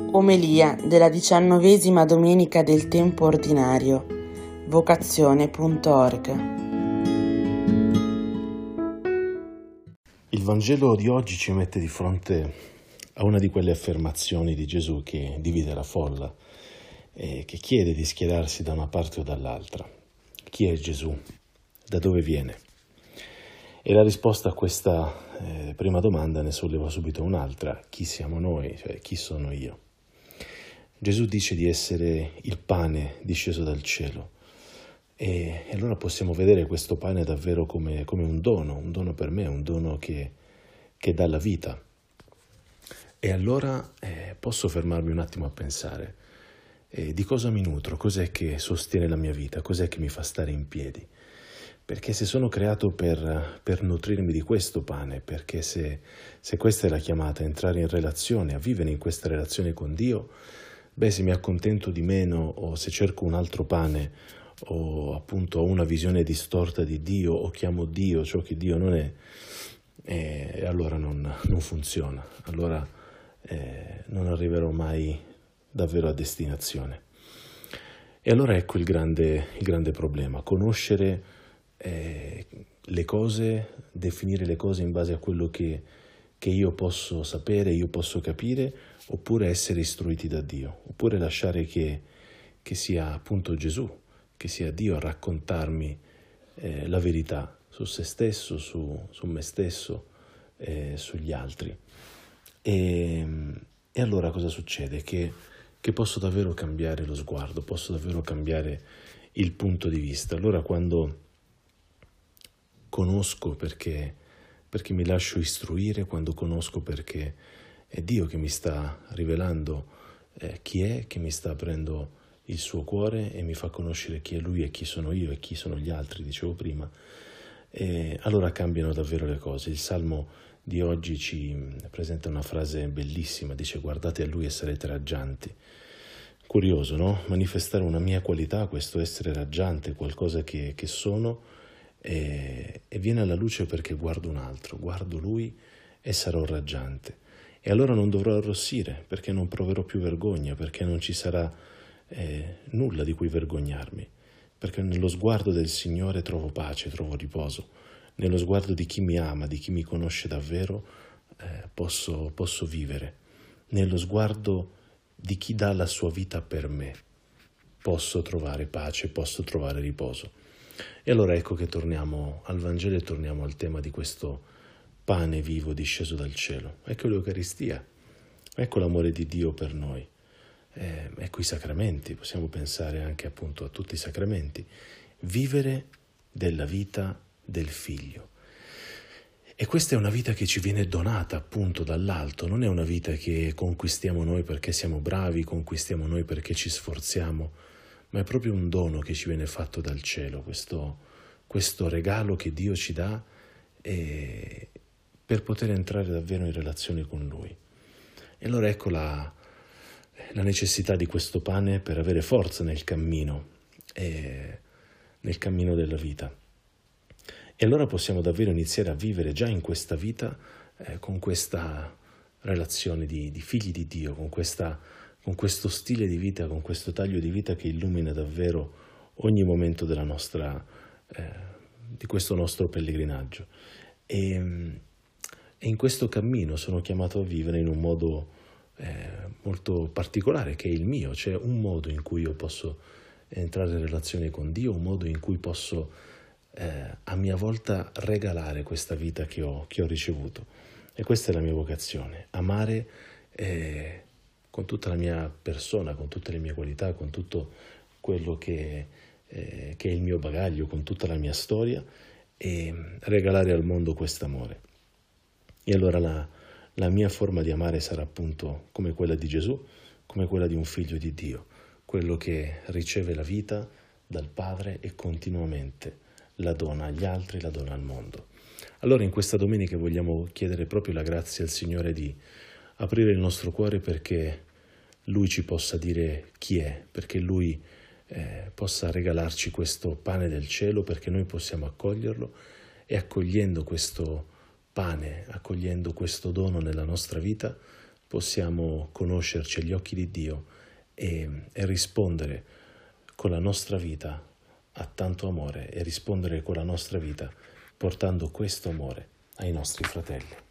Omelia della 19ª domenica del tempo ordinario. Vocazione.org. Il Vangelo di oggi ci mette di fronte a una di quelle affermazioni di Gesù che divide la folla e che chiede di schierarsi da una parte o dall'altra. Chi è Gesù? Da dove viene? E la risposta a questa prima domanda ne solleva subito un'altra. Chi siamo noi? Cioè, chi sono io? Gesù dice di essere il pane disceso dal cielo e allora possiamo vedere questo pane davvero come un dono per me, un dono che dà la vita. E allora posso fermarmi un attimo a pensare di cosa mi nutro, cos'è che sostiene la mia vita, cos'è che mi fa stare in piedi. Perché se sono creato per nutrirmi di questo pane, perché se questa è la chiamata, entrare in relazione, a vivere in questa relazione con Dio, se mi accontento di meno o se cerco un altro pane o appunto ho una visione distorta di Dio o chiamo Dio ciò che Dio non è, allora non funziona, allora non arriverò mai davvero a destinazione. E allora ecco il grande problema, conoscere le cose, definire le cose in base a quello che io posso sapere, io posso capire, oppure essere istruiti da Dio, oppure lasciare che sia appunto Gesù, che sia Dio a raccontarmi la verità su se stesso, su me stesso, sugli altri. E allora cosa succede? Che posso davvero cambiare lo sguardo, posso davvero cambiare il punto di vista. Allora quando conosco perché mi lascio istruire, quando conosco perché è Dio che mi sta rivelando chi è, che mi sta aprendo il suo cuore e mi fa conoscere chi è Lui e chi sono io e chi sono gli altri, dicevo prima, allora cambiano davvero le cose. Il Salmo di oggi ci presenta una frase bellissima, dice: guardate a Lui e sarete raggianti. Curioso, no? Manifestare una mia qualità, questo essere raggiante, qualcosa che sono, e viene alla luce perché guardo un altro, guardo Lui e sarò raggiante. E allora non dovrò arrossire, perché non proverò più vergogna, perché non ci sarà nulla di cui vergognarmi, perché nello sguardo del Signore trovo pace, trovo riposo, nello sguardo di chi mi ama, di chi mi conosce davvero, posso vivere, nello sguardo di chi dà la sua vita per me, posso trovare pace, posso trovare riposo. E allora ecco che torniamo al Vangelo e torniamo al tema di questo pane vivo disceso dal cielo. Ecco l'Eucaristia, ecco l'amore di Dio per noi, ecco i sacramenti, possiamo pensare anche appunto a tutti i sacramenti, vivere della vita del Figlio. E questa è una vita che ci viene donata appunto dall'alto, non è una vita che conquistiamo noi perché siamo bravi, conquistiamo noi perché ci sforziamo, ma è proprio un dono che ci viene fatto dal cielo, questo regalo che Dio ci dà per poter entrare davvero in relazione con Lui. E allora ecco la necessità di questo pane per avere forza nel cammino della vita. E allora possiamo davvero iniziare a vivere già in questa vita con questa relazione di figli di Dio, con questo stile di vita, con questo taglio di vita che illumina davvero ogni momento di questo nostro pellegrinaggio. E in questo cammino sono chiamato a vivere in un modo molto particolare, che è il mio, cioè un modo in cui io posso entrare in relazione con Dio, un modo in cui posso a mia volta regalare questa vita che ho ricevuto. E questa è la mia vocazione, amare con tutta la mia persona, con tutte le mie qualità, con tutto quello che è il mio bagaglio, con tutta la mia storia, e regalare al mondo quest'amore. E allora la mia forma di amare sarà appunto come quella di Gesù, come quella di un figlio di Dio, quello che riceve la vita dal Padre e continuamente la dona agli altri, la dona al mondo. Allora in questa domenica vogliamo chiedere proprio la grazia al Signore di aprire il nostro cuore perché Lui ci possa dire chi è, perché Lui possa regalarci questo pane del cielo, perché noi possiamo accoglierlo e accogliendo questo pane, accogliendo questo dono nella nostra vita, possiamo conoscerci agli occhi di Dio e rispondere con la nostra vita a tanto amore e rispondere con la nostra vita portando questo amore ai nostri fratelli.